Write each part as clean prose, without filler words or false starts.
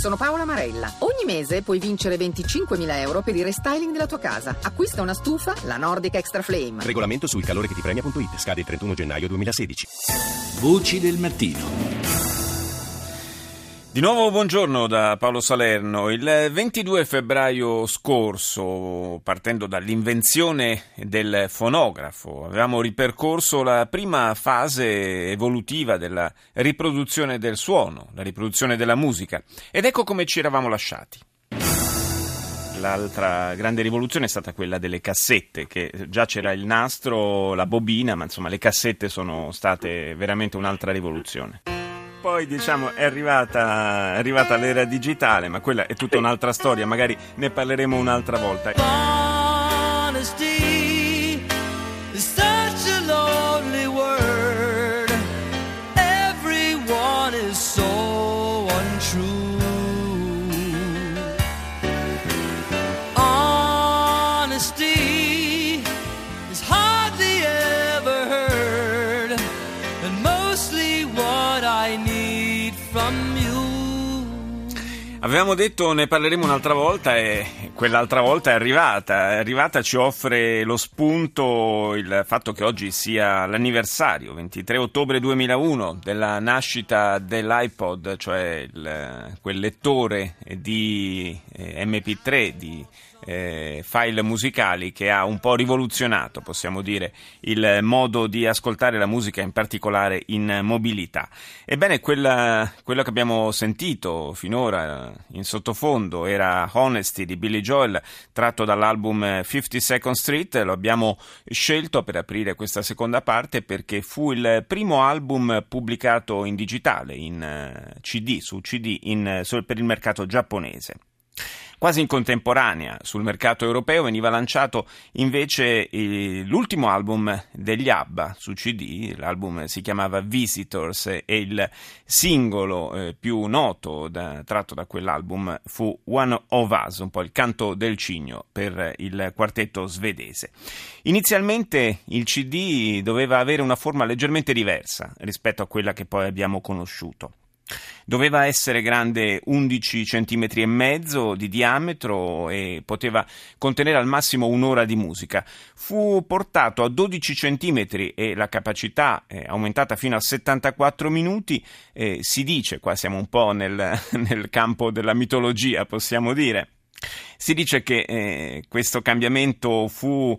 Sono Paola Marella. Ogni mese puoi vincere 25.000 euro per il restyling della tua casa. Acquista una stufa, la Nordic Extra Flame. Regolamento sul calore che ti premia.it. Scade il 31 gennaio 2016. Voci del mattino. Di nuovo buongiorno da Paolo Salerno. Il 22 febbraio scorso, partendo dall'invenzione del fonografo, avevamo ripercorso la prima fase evolutiva della riproduzione del suono, la riproduzione della musica. Ed ecco come ci eravamo lasciati. L'altra grande rivoluzione è stata quella delle cassette, che già c'era il nastro, la bobina, ma insomma le cassette sono state veramente un'altra rivoluzione. Poi è arrivata l'era digitale, ma quella è tutta un'altra storia, magari ne parleremo un'altra volta. Honesty is such a lonely word. Everyone is so untrue. Honesty is hardly ever heard, and mostly what I need from you. Avevamo detto ne parleremo un'altra volta e quell'altra volta è arrivata, ci offre lo spunto il fatto che oggi sia l'anniversario, 23 ottobre 2001, della nascita dell'iPod, cioè quel lettore di MP3, di file musicali che ha un po' rivoluzionato, possiamo dire, il modo di ascoltare la musica, in particolare in mobilità. Ebbene, quello che abbiamo sentito finora in sottofondo era Honesty di Billy Joel, tratto dall'album 52nd Street. Lo abbiamo scelto per aprire questa seconda parte perché fu il primo album pubblicato in digitale, in CD, su CD per il mercato giapponese. Quasi in contemporanea sul mercato europeo veniva lanciato invece l'ultimo album degli ABBA su CD. L'album si chiamava Visitors e il singolo più noto tratto da quell'album fu One of Us, un po' il canto del cigno per il quartetto svedese. Inizialmente il CD doveva avere una forma leggermente diversa rispetto a quella che poi abbiamo conosciuto. Doveva essere grande 11 centimetri e mezzo di diametro e poteva contenere al massimo un'ora di musica. Fu portato a 12 centimetri e la capacità è aumentata fino a 74 minuti. Si dice, qua siamo un po' nel campo della mitologia, possiamo dire. Si dice che questo cambiamento fu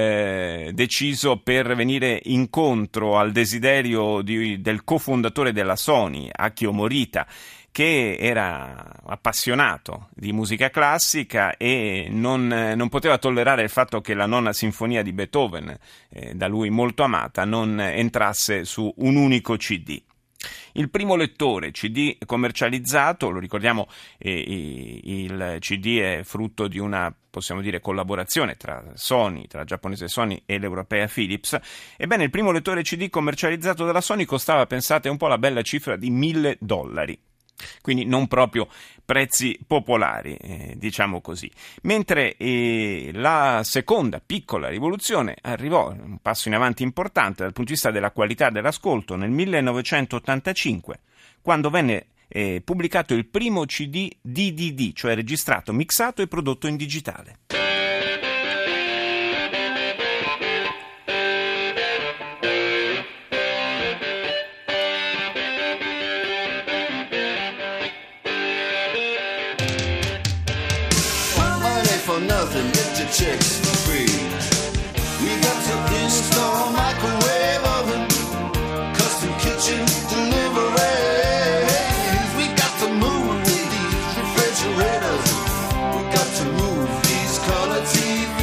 deciso per venire incontro al desiderio del cofondatore della Sony, Akio Morita, che era appassionato di musica classica e non poteva tollerare il fatto che la nona sinfonia di Beethoven, da lui molto amata, non entrasse su un unico CD. Il primo lettore CD commercializzato, lo ricordiamo, il CD è frutto di una, possiamo dire, collaborazione tra giapponese Sony e l'europea Philips. Ebbene, il primo lettore CD commercializzato dalla Sony costava, pensate un po', la bella cifra di $1.000. Quindi non proprio prezzi popolari, diciamo così. Mentre la seconda piccola rivoluzione arrivò, un passo in avanti importante dal punto di vista della qualità dell'ascolto, nel 1985, quando venne pubblicato il primo CD DDD, cioè registrato, mixato e prodotto in digitale. Nothing, get your checks for free. We got to install microwave oven, custom kitchen deliveries. We got to move these refrigerators. We got to move these color TVs.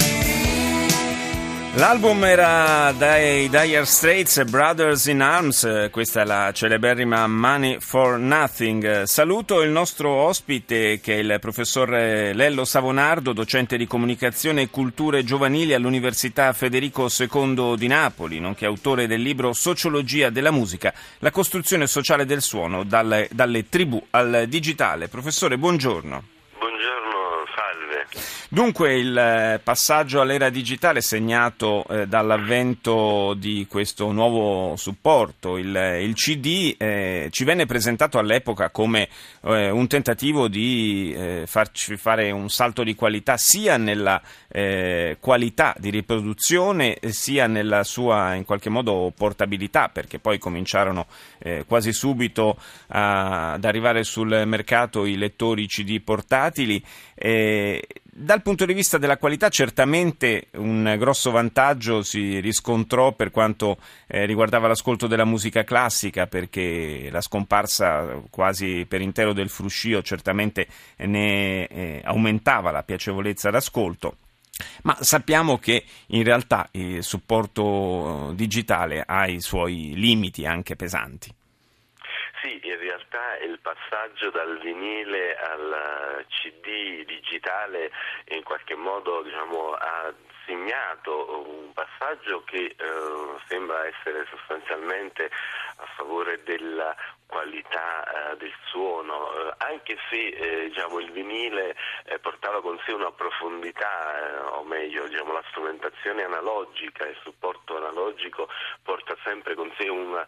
L'album era dai Dire Straits, Brothers in Arms, questa è la celeberrima Money for Nothing. Saluto il nostro ospite che è il professor Lello Savonardo, docente di comunicazione e culture giovanili all'Università Federico II di Napoli, nonché autore del libro Sociologia della musica, la costruzione sociale del suono dalle tribù al digitale. Professore, buongiorno. Buongiorno, salve. Dunque il passaggio all'era digitale è segnato dall'avvento di questo nuovo supporto, il CD, ci venne presentato all'epoca come un tentativo di farci fare un salto di qualità sia nella qualità di riproduzione sia nella sua in qualche modo portabilità, perché poi cominciarono quasi subito ad arrivare sul mercato i lettori CD portatili. Dal punto di vista della qualità certamente un grosso vantaggio si riscontrò per quanto riguardava l'ascolto della musica classica, perché la scomparsa quasi per intero del fruscio certamente ne aumentava la piacevolezza d'ascolto. Ma sappiamo che in realtà il supporto digitale ha i suoi limiti anche pesanti. Sì, in realtà il passaggio dal vinile al CD digitale in qualche modo ha segnato un passaggio che sembra essere sostanzialmente a favore della qualità del suono, anche se il vinile portava con sé una profondità, o meglio la strumentazione analogica, il supporto analogico porta sempre con sé una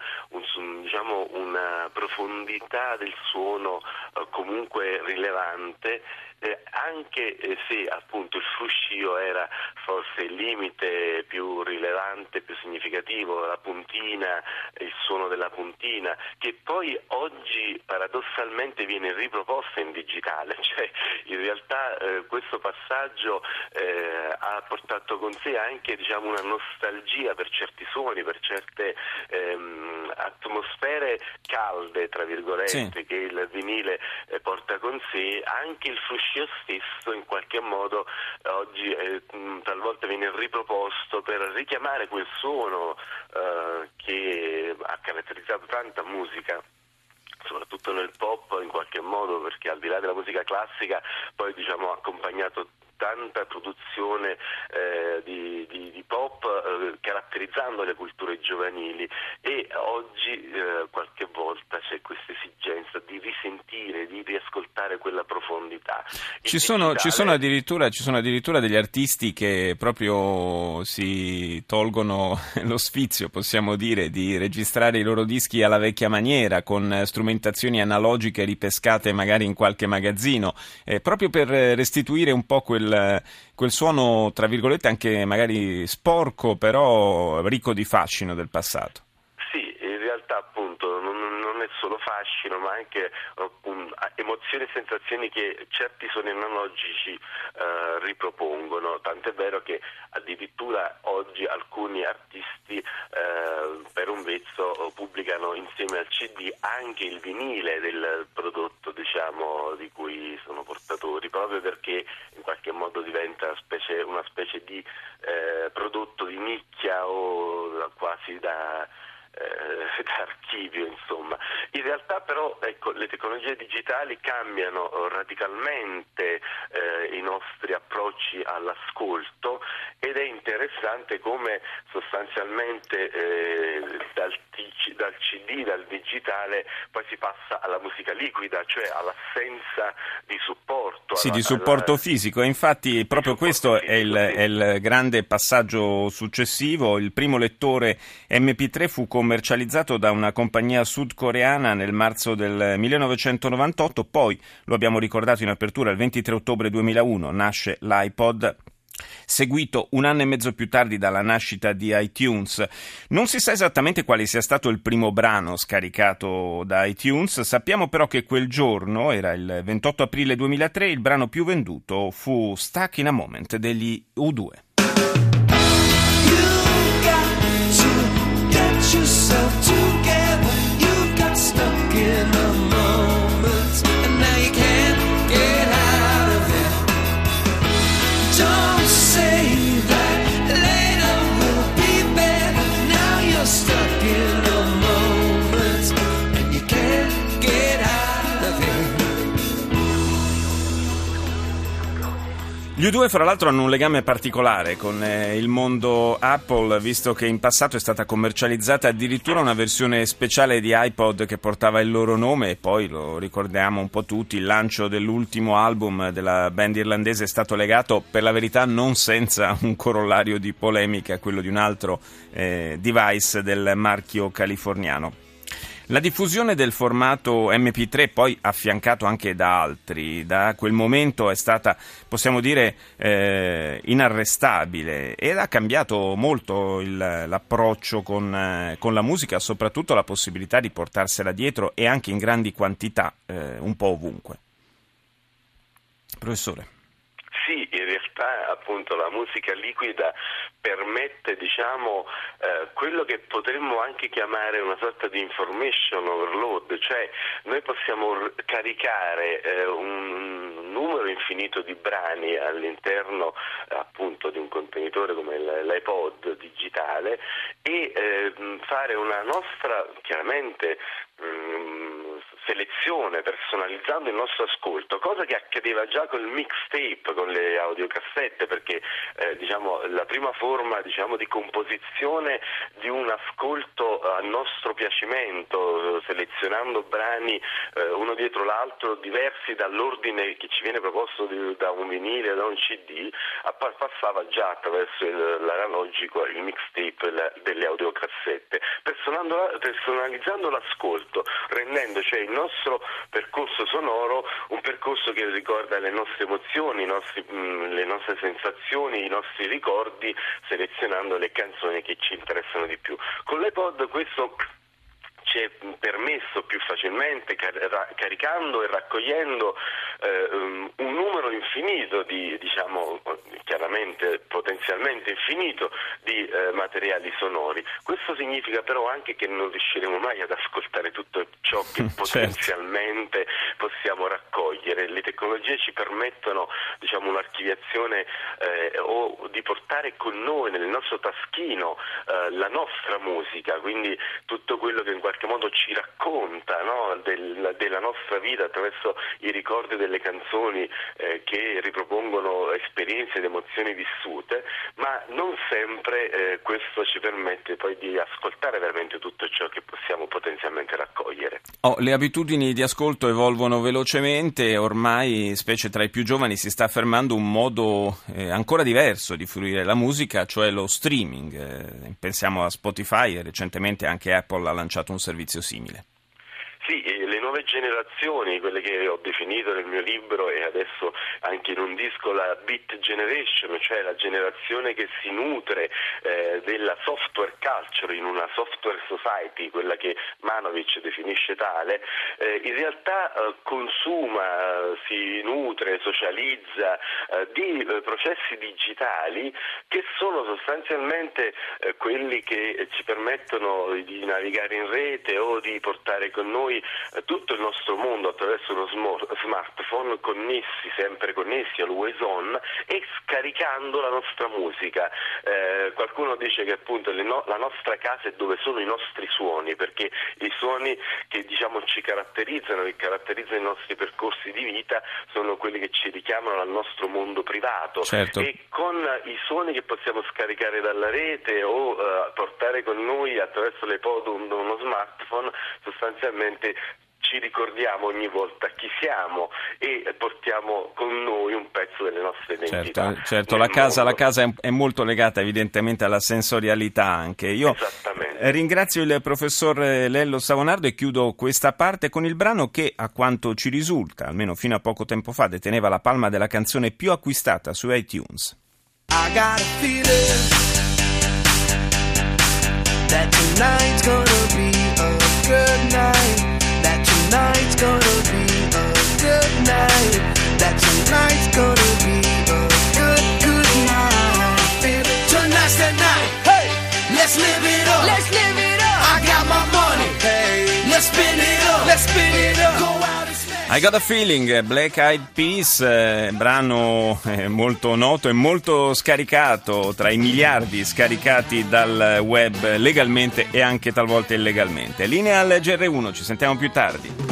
profondità del suono comunque rilevante, anche se appunto il fruscio era forse il limite più rilevante, più significativo, la puntina, il suono della puntina, che poi oggi paradossalmente viene riproposta in digitale, cioè in realtà questo passaggio ha portato con sé anche una nostalgia per certi suoni, per certe atmosfere calde, tra virgolette, sì, che il vinile porta con sé. Anche il fruscio stesso in qualche modo oggi talvolta viene riproposto per richiamare quel suono che ha caratterizzato tanta musica, soprattutto nel pop in qualche modo, perché al di là della musica classica poi ha accompagnato tanta produzione di pop caratterizzando le culture giovanili, e oggi qualche volta c'è questa esigenza di risentire, di riascoltare quella profondità. Ci sono addirittura degli artisti che proprio si tolgono lo sfizio, possiamo dire, di registrare i loro dischi alla vecchia maniera, con strumentazioni analogiche ripescate magari in qualche magazzino, proprio per restituire un po' quel suono, tra virgolette, anche magari sporco, però ricco di fascino del passato. Sì, in realtà appunto non è solo fascino, ma anche emozioni e sensazioni che certi suoni analogici ripropongono, tant'è vero che addirittura oggi alcuni artisti per un vezzo pubblicano insieme al CD anche il vinile del prodotto di cui sono portatori, proprio perché in qualche modo diventa una specie di prodotto di nicchia o quasi da archivio, insomma. In realtà però le tecnologie digitali cambiano radicalmente i nostri approcci all'ascolto, ed è interessante come sostanzialmente dal CD, dal digitale, poi si passa alla musica liquida, cioè all'assenza di supporto. Sì, di supporto fisico, e infatti proprio questo è il grande passaggio successivo. Il primo lettore MP3 fu commercializzato da una compagnia sudcoreana nel marzo del 1998, poi, lo abbiamo ricordato in apertura, il 23 ottobre 2001 nasce l'iPod, seguito un anno e mezzo più tardi dalla nascita di iTunes. Non si sa esattamente quale sia stato il primo brano scaricato da iTunes, sappiamo però che quel giorno, era il 28 aprile 2003, il brano più venduto fu Stuck in a Moment degli U2. Yourself together, you got stuck in a moment, and now you can't get out of it. Don't say that later will be better. Now you're stuck in a moment, and you can't get out of it. Gli U2 fra l'altro hanno un legame particolare con il mondo Apple, visto che in passato è stata commercializzata addirittura una versione speciale di iPod che portava il loro nome, e poi lo ricordiamo un po' tutti, il lancio dell'ultimo album della band irlandese è stato legato, per la verità non senza un corollario di polemica, a quello di un altro device del marchio californiano. La diffusione del formato MP3, poi affiancato anche da altri, da quel momento è stata, possiamo dire, inarrestabile, ed ha cambiato molto l'approccio con la musica, soprattutto la possibilità di portarsela dietro e anche in grandi quantità, un po' ovunque. Professore. Sì, in realtà appunto la musica liquida permette, quello che potremmo anche chiamare una sorta di information overload, cioè noi possiamo caricare un numero infinito di brani all'interno appunto di un contenitore come l'iPod digitale e fare una nostra, chiaramente, selezione, personalizzando il nostro ascolto, cosa che accadeva già col mixtape, con le audiocassette, perché la prima forma di composizione di un ascolto a nostro piacimento, selezionando brani uno dietro l'altro diversi dall'ordine che ci viene proposto da un vinile, da un CD, passava già attraverso l'analogico, il mixtape delle audiocassette, personalizzando l'ascolto, rendendo cioè il nostro percorso sonoro un percorso che ricorda le nostre emozioni, le nostre sensazioni, i nostri ricordi, selezionando le canzoni che ci interessano di più. Con l'iPod questo ci è permesso più facilmente, caricando e raccogliendo un numero infinito di, chiaramente potenzialmente infinito di materiali sonori. Questo significa però anche che non riusciremo mai ad ascoltare tutto ciò che potenzialmente possiamo raccogliere. Le tecnologie ci permettono un'archiviazione o di portare con noi nel nostro taschino la nostra musica, quindi tutto quello che in qualche modo ci racconta, no? della nostra vita attraverso i ricordi delle canzoni che ripropongono esperienze ed emozioni vissute, ma non sempre questo ci permette poi di ascoltare veramente tutto ciò che possiamo potenzialmente raccogliere. Le abitudini di ascolto evolvono velocemente, ormai specie tra i più giovani si sta affermando un modo ancora diverso di fruire la musica, cioè lo streaming. Pensiamo a Spotify, e recentemente anche Apple ha lanciato un servizio simile. Sì, le nuove generazioni, quelle che ho definito nel mio libro e adesso anche in un disco, la Beat Generation, cioè la generazione che si nutre della software culture in una software society, quella che Manovic definisce tale, in realtà consuma, si nutre, socializza di processi digitali che sono sostanzialmente quelli che ci permettono di navigare in rete o di portare con noi tutto il nostro mondo attraverso uno smartphone, sempre connessi all'Always On e scaricando la nostra musica. Qualcuno dice che appunto la nostra casa è dove sono i nostri suoni, perché i suoni che ci caratterizzano, che caratterizzano i nostri percorsi di vita, sono quelli che ci richiamano al nostro mondo privato. Certo. E con i suoni che possiamo scaricare dalla rete o portare con noi attraverso l'iPod o uno smartphone, sostanzialmente ci ricordiamo ogni volta chi siamo e portiamo con noi un pezzo delle nostre identità. Certo, la casa è molto legata evidentemente alla sensorialità anche. Io ringrazio il professor Lello Savonardo e chiudo questa parte con il brano che, a quanto ci risulta, almeno fino a poco tempo fa, deteneva la palma della canzone più acquistata su iTunes. I got a feeling that tonight's gonna be a good night. That tonight's gonna be a good night. That tonight's gonna be a good night. Tonight's the night. Hey, let's live it up. Let's live it up. I got my money. Hey, let's spin it up. Let's spin it up. Go out and smash. I Got a Feeling, Black Eyed Peas, brano molto noto e molto scaricato, tra i miliardi scaricati dal web legalmente e anche talvolta illegalmente. Linea al GR1, ci sentiamo più tardi.